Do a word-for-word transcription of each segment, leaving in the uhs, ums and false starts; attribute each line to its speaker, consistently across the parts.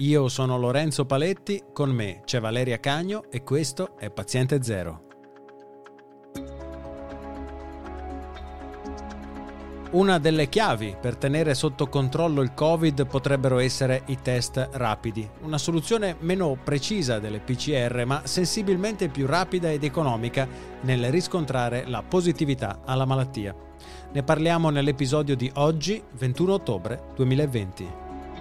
Speaker 1: Io sono Lorenzo Paletti, con me c'è Valeria Cagno e questo è Paziente Zero. Una delle chiavi per tenere sotto controllo il Covid potrebbero essere i test rapidi, una soluzione meno precisa delle P C R ma sensibilmente più rapida ed economica nel riscontrare la positività alla malattia. Ne parliamo nell'episodio di oggi, ventuno ottobre duemilaventi.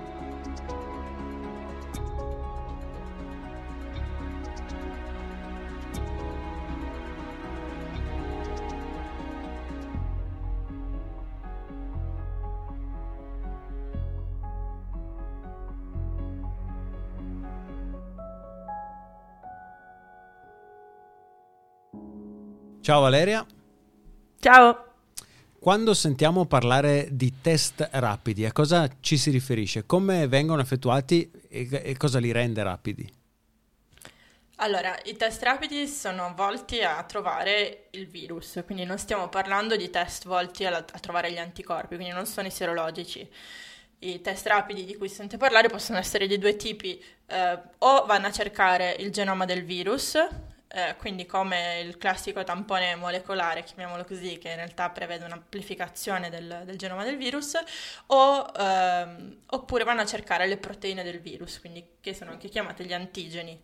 Speaker 1: Ciao Valeria.
Speaker 2: Ciao.
Speaker 1: Quando sentiamo parlare di test rapidi, a cosa ci si riferisce? Come vengono effettuati e, e cosa li rende rapidi?
Speaker 2: Allora, i test rapidi sono volti a trovare il virus, quindi non stiamo parlando di test volti a, a trovare gli anticorpi, quindi non sono i serologici. I test rapidi di cui si sente parlare possono essere di due tipi, eh, o vanno a cercare il genoma del virus, Eh, quindi come il classico tampone molecolare, chiamiamolo così, che in realtà prevede un'amplificazione del, del genoma del virus, o, ehm, oppure vanno a cercare le proteine del virus, quindi che sono anche chiamate gli antigeni.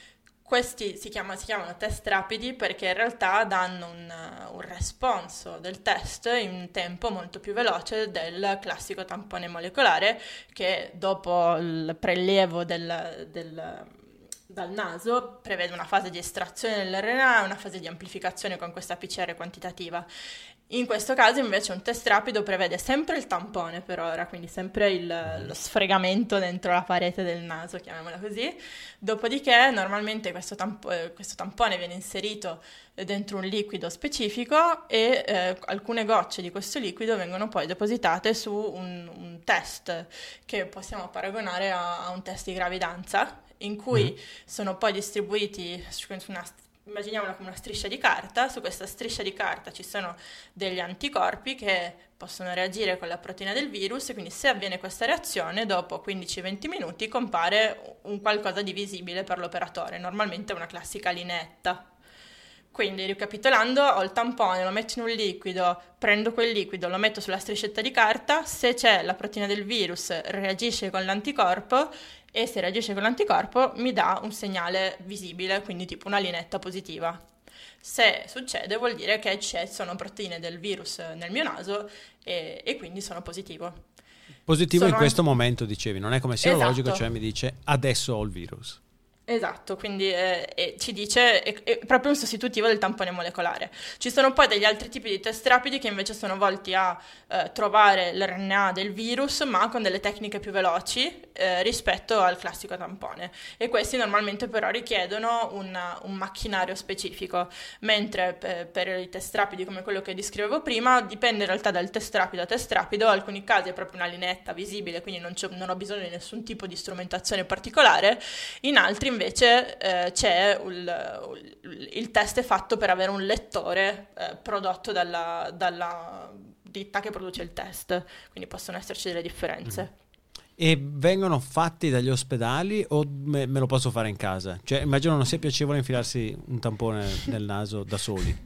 Speaker 2: Questi si, chiama, si chiamano test rapidi perché in realtà danno un, un responso del test in un tempo molto più veloce del classico tampone molecolare, che dopo il prelievo del, del dal naso prevede una fase di estrazione dell'erre enne a e una fase di amplificazione con questa P C R quantitativa. In questo caso invece un test rapido prevede sempre il tampone per ora, quindi sempre il, lo sfregamento dentro la parete del naso, chiamiamola così. Dopodiché normalmente questo, tampo, questo tampone viene inserito dentro un liquido specifico e eh, alcune gocce di questo liquido vengono poi depositate su un, un test che possiamo paragonare a, a un test di gravidanza, in cui mm. sono poi distribuiti su una, immaginiamola come una striscia di carta. Su questa striscia di carta ci sono degli anticorpi che possono reagire con la proteina del virus, e quindi se avviene questa reazione dopo quindici venti minuti compare un qualcosa di visibile per l'operatore, normalmente una classica lineetta. Quindi, ricapitolando, ho il tampone, lo metto in un liquido, prendo quel liquido, lo metto sulla striscetta di carta, se c'è la proteina del virus reagisce con l'anticorpo, e se reagisce con l'anticorpo mi dà un segnale visibile, quindi tipo una linetta positiva. Se succede vuol dire che ci sono proteine del virus nel mio naso e, e quindi sono positivo.
Speaker 1: Positivo
Speaker 2: sono
Speaker 1: in questo
Speaker 2: anche...
Speaker 1: momento, dicevi, non è come serologico,
Speaker 2: esatto.
Speaker 1: Cioè mi dice adesso ho il virus.
Speaker 2: Esatto, quindi eh, eh, ci dice, è, è proprio un sostitutivo del tampone molecolare. Ci sono poi degli altri tipi di test rapidi che invece sono volti a eh, trovare l'erre enne a del virus, ma con delle tecniche più veloci eh, rispetto al classico tampone, e questi normalmente però richiedono una, un macchinario specifico, mentre per, per i test rapidi come quello che descrivevo prima dipende in realtà dal test rapido a test rapido. In alcuni casi è proprio una linetta visibile, quindi non, c'è, non ho bisogno di nessun tipo di strumentazione particolare, in altri invece eh, c'è il, il test è fatto per avere un lettore eh, prodotto dalla, dalla ditta che produce il test, quindi possono esserci delle differenze.
Speaker 1: E vengono fatti dagli ospedali o me, me lo posso fare in casa? Cioè immagino non sia piacevole infilarsi un tampone nel naso da soli.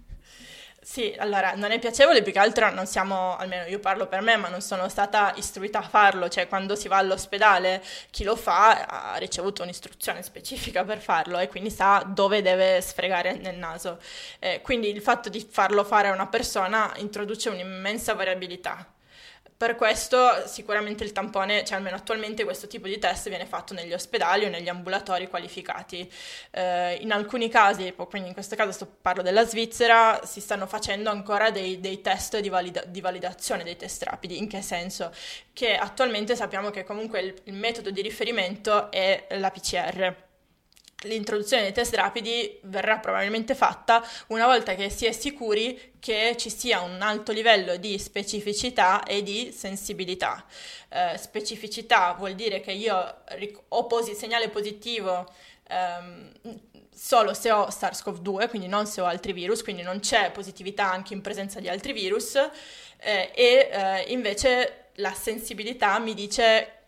Speaker 2: Sì, allora non è piacevole, più che altro non siamo, almeno io parlo per me, ma non sono stata istruita a farlo, cioè quando si va all'ospedale chi lo fa ha ricevuto un'istruzione specifica per farlo e quindi sa dove deve sfregare nel naso, eh, quindi il fatto di farlo fare a una persona introduce un'immensa variabilità. Per questo sicuramente il tampone, cioè almeno attualmente questo tipo di test viene fatto negli ospedali o negli ambulatori qualificati. Eh, in alcuni casi, quindi in questo caso sto, parlo della Svizzera, si stanno facendo ancora dei, dei test di, valida, di validazione dei test rapidi. In che senso? Che attualmente sappiamo che comunque il, il metodo di riferimento è la P C R. L'introduzione dei test rapidi verrà probabilmente fatta una volta che si è sicuri che ci sia un alto livello di specificità e di sensibilità. Eh, specificità vuol dire che io ho posi- segnale positivo ehm, solo se ho SARS-CoV due, quindi non se ho altri virus, quindi non c'è positività anche in presenza di altri virus, eh, e eh, invece la sensibilità mi dice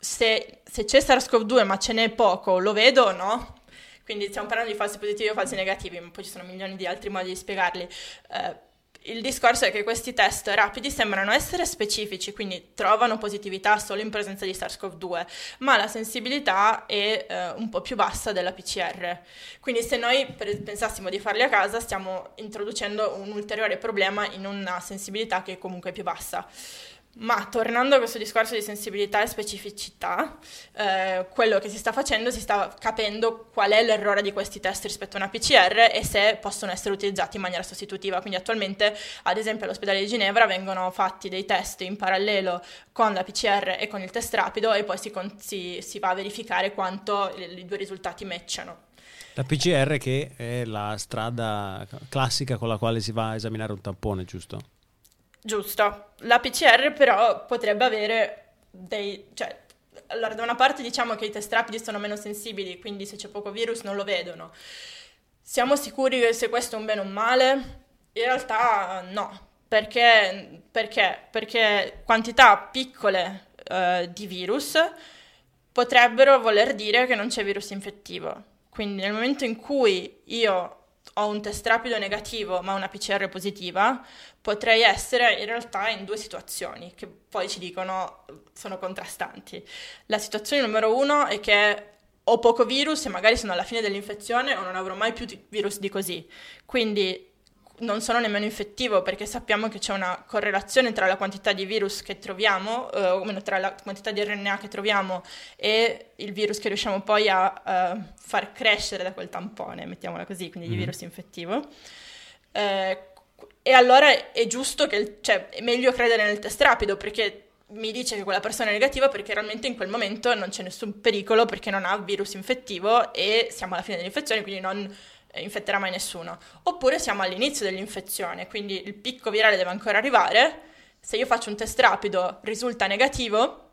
Speaker 2: se, se c'è SARS-CoV due ma ce n'è poco, lo vedo o no? Quindi stiamo parlando di falsi positivi o falsi negativi, ma poi ci sono milioni di altri modi di spiegarli. Eh, il discorso è che questi test rapidi sembrano essere specifici, quindi trovano positività solo in presenza di SARS-CoV due, ma la sensibilità è eh, un po' più bassa della P C R. Quindi se noi per, pensassimo di farli a casa, stiamo introducendo un ulteriore problema in una sensibilità che è comunque più bassa. Ma tornando a questo discorso di sensibilità e specificità, eh, quello che si sta facendo, si sta capendo qual è l'errore di questi test rispetto a una P C R e se possono essere utilizzati in maniera sostitutiva. Quindi attualmente, ad esempio, all'ospedale di Ginevra vengono fatti dei test in parallelo con la P C R e con il test rapido e poi si, con- si, si va a verificare quanto i due risultati matchano.
Speaker 1: La P C R che è la strada classica con la quale si va a esaminare un tampone, giusto?
Speaker 2: Giusto, la P C R però potrebbe avere dei, cioè, allora da una parte diciamo che i test rapidi sono meno sensibili, quindi se c'è poco virus non lo vedono. Siamo sicuri che se questo è un bene o un male? In realtà no, perché, perché? Perché quantità piccole eh, di virus potrebbero voler dire che non c'è virus infettivo. Quindi nel momento in cui io ho un test rapido negativo ma una P C R positiva, potrei essere in realtà in due situazioni che poi ci dicono sono contrastanti. La situazione numero uno è che ho poco virus e magari sono alla fine dell'infezione o non avrò mai più virus di così, quindi non sono nemmeno infettivo, perché sappiamo che c'è una correlazione tra la quantità di virus che troviamo, eh, o meno tra la quantità di R N A che troviamo e il virus che riusciamo poi a uh, far crescere da quel tampone, mettiamola così, quindi di virus infettivo. Eh, e allora è giusto che, il, cioè è meglio credere nel test rapido, perché mi dice che quella persona è negativa perché realmente in quel momento non c'è nessun pericolo, perché non ha virus infettivo e siamo alla fine dell'infezione, quindi non infetterà mai nessuno. Oppure siamo all'inizio dell'infezione, quindi il picco virale deve ancora arrivare. Se io faccio un test rapido risulta negativo,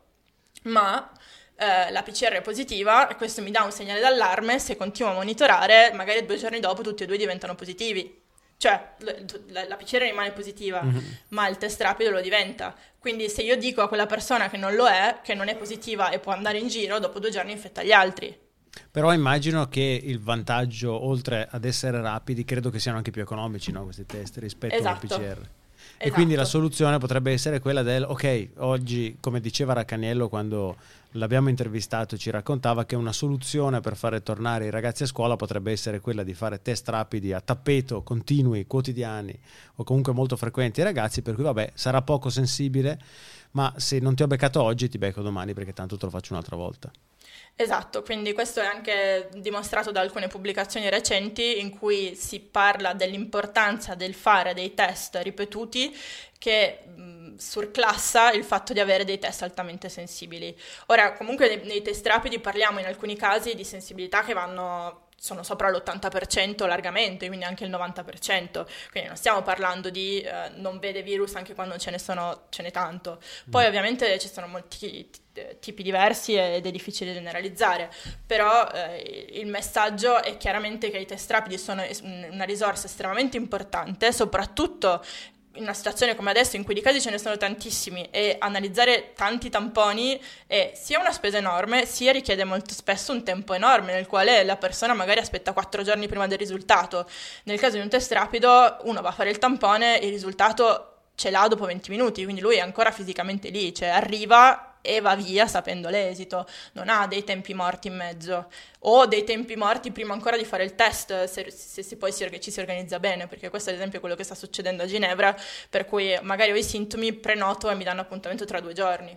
Speaker 2: ma eh, la P C R è positiva, e questo mi dà un segnale d'allarme. Se continuo a monitorare, magari due giorni dopo tutti e due diventano positivi. Cioè la, la P C R rimane positiva, mm-hmm. ma il test rapido lo diventa. Quindi se io dico a quella persona che non lo è, che non è positiva e può andare in giro, dopo due giorni infetta gli altri.
Speaker 1: Però immagino che il vantaggio, oltre ad essere rapidi, credo che siano anche più economici, no, questi test rispetto
Speaker 2: esatto.
Speaker 1: alla P C R. E
Speaker 2: Esatto.
Speaker 1: quindi la soluzione potrebbe essere quella del, ok, oggi, come diceva Raccaniello quando l'abbiamo intervistato, ci raccontava che una soluzione per fare tornare i ragazzi a scuola potrebbe essere quella di fare test rapidi a tappeto, continui, quotidiani o comunque molto frequenti ai ragazzi, per cui vabbè, sarà poco sensibile, ma se non ti ho beccato oggi ti becco domani, perché tanto te lo faccio un'altra volta.
Speaker 2: Esatto, quindi questo è anche dimostrato da alcune pubblicazioni recenti in cui si parla dell'importanza del fare dei test ripetuti, che mh, surclassa il fatto di avere dei test altamente sensibili. Ora, comunque nei, nei test rapidi parliamo in alcuni casi di sensibilità che vanno sono sopra l'ottanta per cento largamente, quindi anche il novanta per cento, quindi non stiamo parlando di eh, non vede virus anche quando ce ne sono ce n'è tanto. Poi mm. ovviamente ci sono molti t- tipi diversi ed è difficile generalizzare, però eh, il messaggio è chiaramente che i test rapidi sono una risorsa estremamente importante, soprattutto in una situazione come adesso in cui di casi ce ne sono tantissimi, e analizzare tanti tamponi è sia una spesa enorme, sia richiede molto spesso un tempo enorme nel quale la persona magari aspetta quattro giorni prima del risultato. Nel caso di un test rapido uno va a fare il tampone e il risultato ce l'ha dopo venti minuti, quindi lui è ancora fisicamente lì, cioè arriva e va via sapendo l'esito, non ha dei tempi morti in mezzo o dei tempi morti prima ancora di fare il test, se, se, se poi si, ci si organizza bene, perché questo ad esempio è quello che sta succedendo a Ginevra, per cui magari ho i sintomi, prenoto e mi danno appuntamento tra due giorni.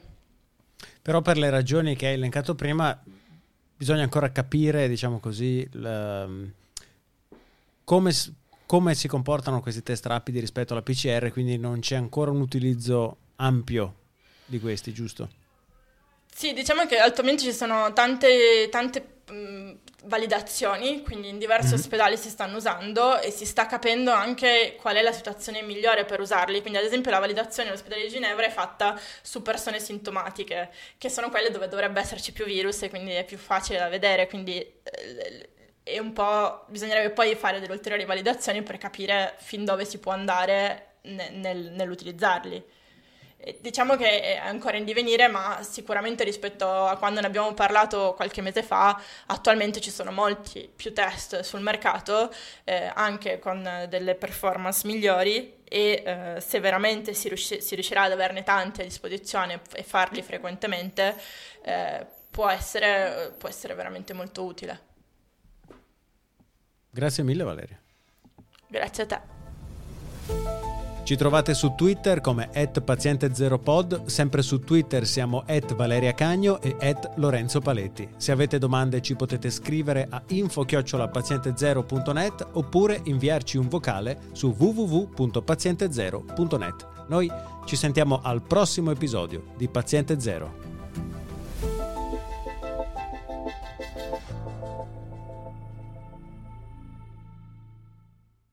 Speaker 1: Però per le ragioni che hai elencato prima bisogna ancora capire, diciamo così, l, come, come si comportano questi test rapidi rispetto alla P C R, quindi non c'è ancora un utilizzo ampio di questi, giusto?
Speaker 2: Sì, diciamo che attualmente ci sono tante, tante mh, validazioni, quindi in diversi mm-hmm. ospedali si stanno usando e si sta capendo anche qual è la situazione migliore per usarli. Quindi ad esempio la validazione all'ospedale di Ginevra è fatta su persone sintomatiche, che sono quelle dove dovrebbe esserci più virus e quindi è più facile da vedere, quindi eh, è un po', bisognerebbe poi fare delle ulteriori validazioni per capire fin dove si può andare ne, nel, nell'utilizzarli. Diciamo che è ancora in divenire, ma sicuramente rispetto a quando ne abbiamo parlato qualche mese fa, attualmente ci sono molti più test sul mercato, eh, anche con delle performance migliori, e eh, se veramente si, riusci- si riuscirà ad averne tanti a disposizione e farli frequentemente, eh, può essere, può essere veramente molto utile.
Speaker 1: Grazie mille, Valeria.
Speaker 2: Grazie a te.
Speaker 1: Ci trovate su Twitter come at paziente zero pod, sempre su Twitter siamo at Valeria Cagno e at Lorenzo Paletti. Se avete domande ci potete scrivere a info chiocciola paziente zero punto net oppure inviarci un vocale su w w w punto paziente zero punto net. Noi ci sentiamo al prossimo episodio di Paziente Zero.